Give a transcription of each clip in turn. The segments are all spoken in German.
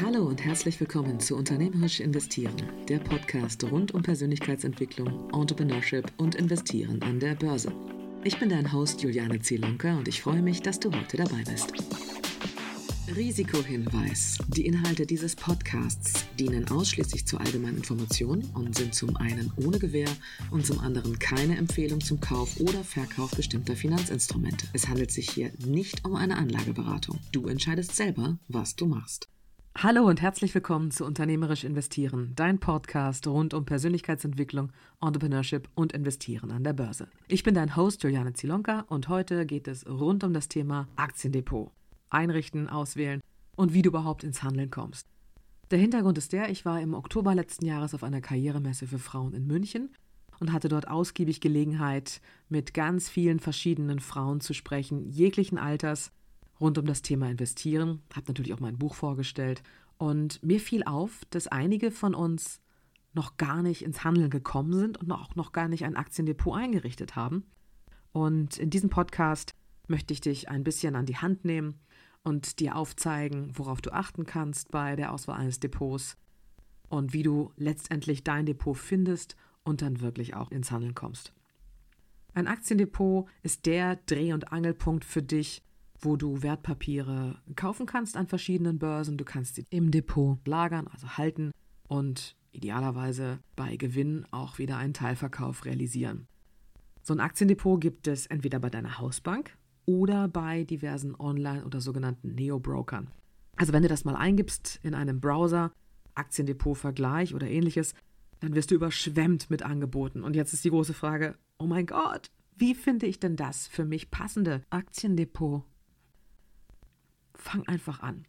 Hallo und herzlich willkommen zu Unternehmerisch Investieren, der Podcast rund um Persönlichkeitsentwicklung, Entrepreneurship und Investieren an der Börse. Ich bin dein Host Juliane Zielonka und ich freue mich, dass du heute dabei bist. Risikohinweis. Die Inhalte dieses Podcasts dienen ausschließlich zur allgemeinen Information und sind zum einen ohne Gewähr und zum anderen keine Empfehlung zum Kauf oder Verkauf bestimmter Finanzinstrumente. Es handelt sich hier nicht um eine Anlageberatung. Du entscheidest selber, was du machst. Hallo und herzlich willkommen zu Unternehmerisch Investieren, dein Podcast rund um Persönlichkeitsentwicklung, Entrepreneurship und Investieren an der Börse. Ich bin dein Host Juliane Zielonka und heute geht es rund um das Thema Aktiendepot. Einrichten, auswählen und wie du überhaupt ins Handeln kommst. Der Hintergrund ist ich war im Oktober letzten Jahres auf einer Karrieremesse für Frauen in München und hatte dort ausgiebig Gelegenheit, mit ganz vielen verschiedenen Frauen zu sprechen, jeglichen Alters, rund um das Thema Investieren. Habe natürlich auch mein Buch vorgestellt und mir fiel auf, dass einige von uns noch gar nicht ins Handeln gekommen sind und auch noch gar nicht ein Aktiendepot eingerichtet haben. Und in diesem Podcast möchte ich dich ein bisschen an die Hand nehmen und dir aufzeigen, worauf du achten kannst bei der Auswahl eines Depots und wie du letztendlich dein Depot findest und dann wirklich auch ins Handeln kommst. Ein Aktiendepot ist der Dreh- und Angelpunkt für dich, wo du Wertpapiere kaufen kannst an verschiedenen Börsen. Du kannst sie im Depot lagern, also halten und idealerweise bei Gewinn auch wieder einen Teilverkauf realisieren. So ein Aktiendepot gibt es entweder bei deiner Hausbank oder bei diversen Online- oder sogenannten Neo-Brokern. Also wenn du das mal eingibst in einem Browser, Aktiendepot-Vergleich oder ähnliches, dann wirst du überschwemmt mit Angeboten. Und jetzt ist die große Frage, oh mein Gott, wie finde ich denn das für mich passende Aktiendepot? Fang einfach an.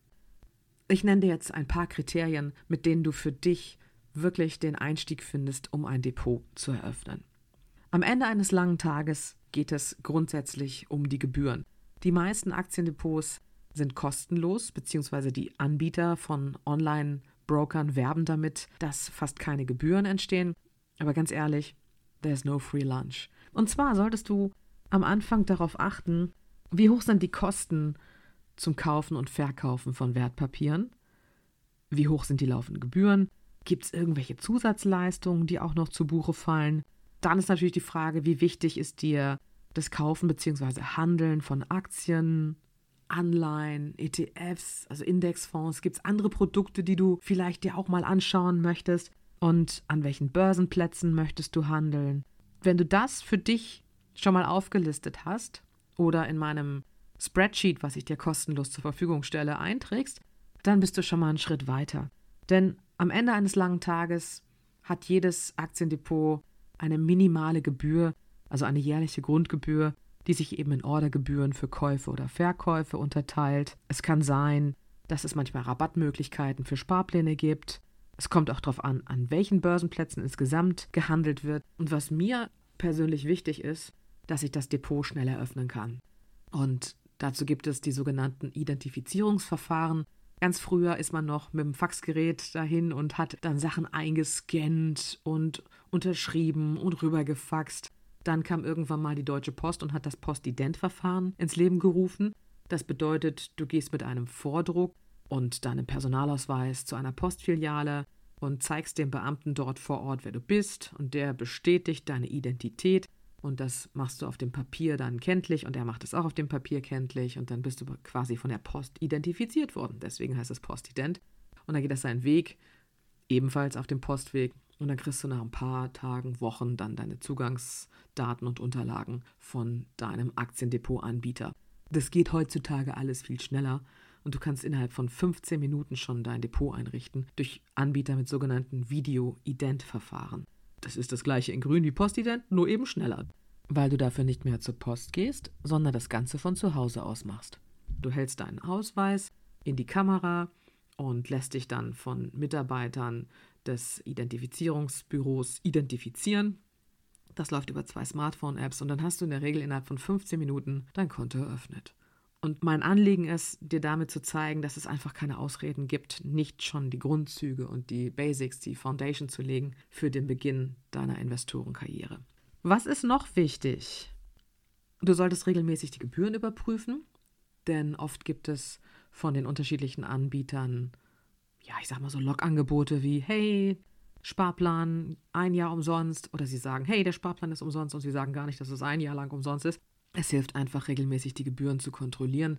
Ich nenne dir jetzt ein paar Kriterien, mit denen du für dich wirklich den Einstieg findest, um ein Depot zu eröffnen. Am Ende eines langen Tages geht es grundsätzlich um die Gebühren. Die meisten Aktiendepots sind kostenlos, beziehungsweise die Anbieter von Online-Brokern werben damit, dass fast keine Gebühren entstehen. Aber ganz ehrlich, there's no free lunch. Und zwar solltest du am Anfang darauf achten, wie hoch sind die Kosten zum Kaufen und Verkaufen von Wertpapieren? Wie hoch sind die laufenden Gebühren? Gibt es irgendwelche Zusatzleistungen, die auch noch zu Buche fallen? Dann ist natürlich die Frage, wie wichtig ist dir das Kaufen bzw. Handeln von Aktien, Anleihen, ETFs, also Indexfonds? Gibt es andere Produkte, die du vielleicht dir auch mal anschauen möchtest? Und an welchen Börsenplätzen möchtest du handeln? Wenn du das für dich schon mal aufgelistet hast oder in meinem Spreadsheet, was ich dir kostenlos zur Verfügung stelle, einträgst, dann bist du schon mal einen Schritt weiter. Denn am Ende eines langen Tages hat jedes Aktiendepot eine minimale Gebühr, also eine jährliche Grundgebühr, die sich eben in Ordergebühren für Käufe oder Verkäufe unterteilt. Es kann sein, dass es manchmal Rabattmöglichkeiten für Sparpläne gibt. Es kommt auch darauf an welchen Börsenplätzen insgesamt gehandelt wird. Und was mir persönlich wichtig ist, dass ich das Depot schnell eröffnen kann. Und dazu gibt es die sogenannten Identifizierungsverfahren. Ganz früher ist man noch mit dem Faxgerät dahin und hat dann Sachen eingescannt und unterschrieben und rübergefaxt. Dann kam irgendwann mal die Deutsche Post und hat das Postident-Verfahren ins Leben gerufen. Das bedeutet, du gehst mit einem Vordruck und deinem Personalausweis zu einer Postfiliale und zeigst dem Beamten dort vor Ort, wer du bist, und der bestätigt deine Identität. Und das machst du auf dem Papier dann kenntlich und er macht es auch auf dem Papier kenntlich und dann bist du quasi von der Post identifiziert worden. Deswegen heißt es Postident. Und dann geht das seinen Weg, ebenfalls auf dem Postweg. Und dann kriegst du nach ein paar Tagen, Wochen dann deine Zugangsdaten und Unterlagen von deinem Aktiendepot-Anbieter. Das geht heutzutage alles viel schneller und du kannst innerhalb von 15 Minuten schon dein Depot einrichten durch Anbieter mit sogenannten Video-Ident-Verfahren. Das ist das gleiche in grün wie Postident, nur eben schneller, weil du dafür nicht mehr zur Post gehst, sondern das Ganze von zu Hause aus machst. Du hältst deinen Ausweis in die Kamera und lässt dich dann von Mitarbeitern des Identifizierungsbüros identifizieren. Das läuft über 2 Smartphone-Apps und dann hast du in der Regel innerhalb von 15 Minuten dein Konto eröffnet. Und mein Anliegen ist, dir damit zu zeigen, dass es einfach keine Ausreden gibt, nicht schon die Grundzüge und die Basics, die Foundation zu legen für den Beginn deiner Investorenkarriere. Was ist noch wichtig? Du solltest regelmäßig die Gebühren überprüfen, denn oft gibt es von den unterschiedlichen Anbietern ich sag mal so Lockangebote wie, hey, Sparplan 1 Jahr umsonst. Oder sie sagen, hey, der Sparplan ist umsonst und sie sagen gar nicht, dass es 1 Jahr lang umsonst ist. Es hilft einfach regelmäßig, die Gebühren zu kontrollieren.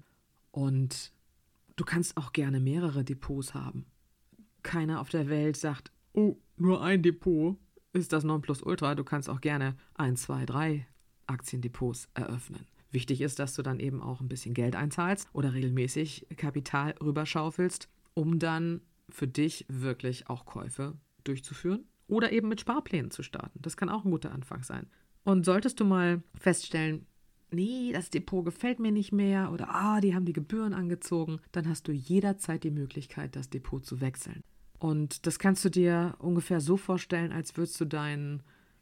Und du kannst auch gerne mehrere Depots haben. Keiner auf der Welt sagt, oh, nur ein Depot ist das Nonplusultra. Du kannst auch gerne 1, 2, 3 Aktiendepots eröffnen. Wichtig ist, dass du dann eben auch ein bisschen Geld einzahlst oder regelmäßig Kapital rüberschaufelst, um dann für dich wirklich auch Käufe durchzuführen oder eben mit Sparplänen zu starten. Das kann auch ein guter Anfang sein. Und solltest du mal feststellen, nee, das Depot gefällt mir nicht mehr oder die haben die Gebühren angezogen, dann hast du jederzeit die Möglichkeit, das Depot zu wechseln. Und das kannst du dir ungefähr so vorstellen, als würdest du deinen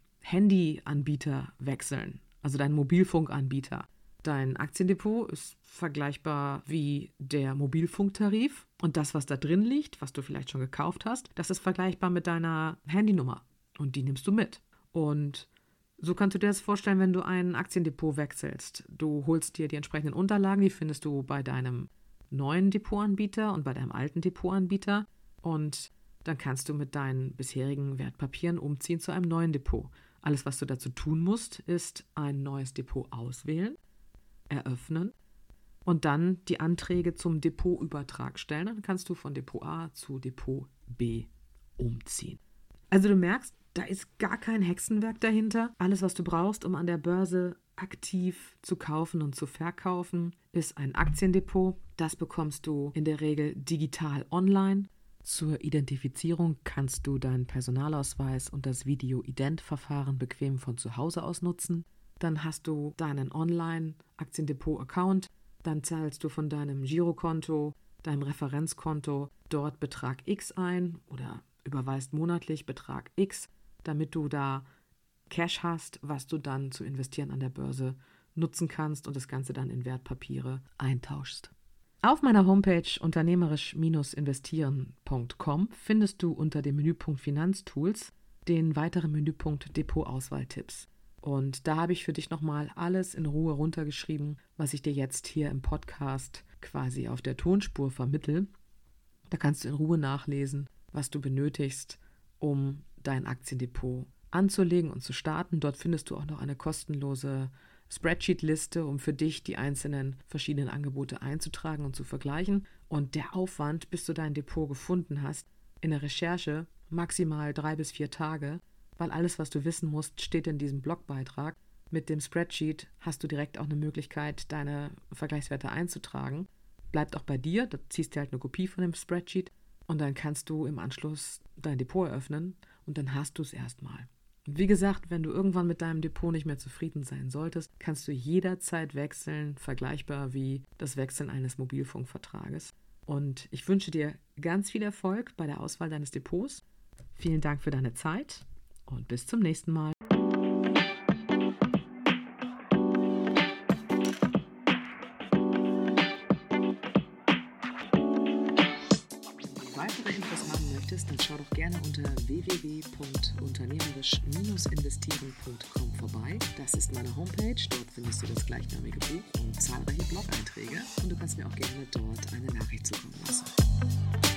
Handyanbieter wechseln, also deinen Mobilfunkanbieter. Dein Aktiendepot ist vergleichbar wie der Mobilfunktarif und das, was da drin liegt, was du vielleicht schon gekauft hast, das ist vergleichbar mit deiner Handynummer und die nimmst du mit. Und so kannst du dir das vorstellen, wenn du ein Aktiendepot wechselst. Du holst dir die entsprechenden Unterlagen, die findest du bei deinem neuen Depotanbieter und bei deinem alten Depotanbieter und dann kannst du mit deinen bisherigen Wertpapieren umziehen zu einem neuen Depot. Alles, was du dazu tun musst, ist ein neues Depot auswählen, eröffnen und dann die Anträge zum Depotübertrag stellen. Dann kannst du von Depot A zu Depot B umziehen. Also du merkst, da ist gar kein Hexenwerk dahinter. Alles, was du brauchst, um an der Börse aktiv zu kaufen und zu verkaufen, ist ein Aktiendepot. Das bekommst du in der Regel digital online. Zur Identifizierung kannst du deinen Personalausweis und das Video-Ident-Verfahren bequem von zu Hause aus nutzen. Dann hast du deinen Online-Aktiendepot-Account. Dann zahlst du von deinem Girokonto, deinem Referenzkonto dort Betrag X ein oder überweist monatlich Betrag X, damit du da Cash hast, was du dann zu investieren an der Börse nutzen kannst und das Ganze dann in Wertpapiere eintauschst. Auf meiner Homepage unternehmerisch-investieren.com findest du unter dem Menüpunkt Finanztools den weiteren Menüpunkt Depotauswahltipps. Und da habe ich für dich nochmal alles in Ruhe runtergeschrieben, was ich dir jetzt hier im Podcast quasi auf der Tonspur vermittle. Da kannst du in Ruhe nachlesen, was du benötigst, um dein Aktiendepot anzulegen und zu starten. Dort findest du auch noch eine kostenlose Spreadsheet-Liste, um für dich die einzelnen verschiedenen Angebote einzutragen und zu vergleichen. Und der Aufwand, bis du dein Depot gefunden hast, in der Recherche maximal 3 bis 4 Tage, weil alles, was du wissen musst, steht in diesem Blogbeitrag. Mit dem Spreadsheet hast du direkt auch eine Möglichkeit, deine Vergleichswerte einzutragen. Bleibt auch bei dir, da ziehst du halt eine Kopie von dem Spreadsheet und dann kannst du im Anschluss dein Depot eröffnen und dann hast du es erstmal. Und wie gesagt, wenn du irgendwann mit deinem Depot nicht mehr zufrieden sein solltest, kannst du jederzeit wechseln, vergleichbar wie das Wechseln eines Mobilfunkvertrages. Und ich wünsche dir ganz viel Erfolg bei der Auswahl deines Depots. Vielen Dank für deine Zeit und bis zum nächsten Mal. Weitere Infos haben möchtest, dann schau doch gerne unter www.unternehmerisch-investieren.com vorbei. Das ist meine Homepage, dort findest du das gleichnamige Buch und zahlreiche Blog-Einträge und du kannst mir auch gerne dort eine Nachricht zukommen lassen.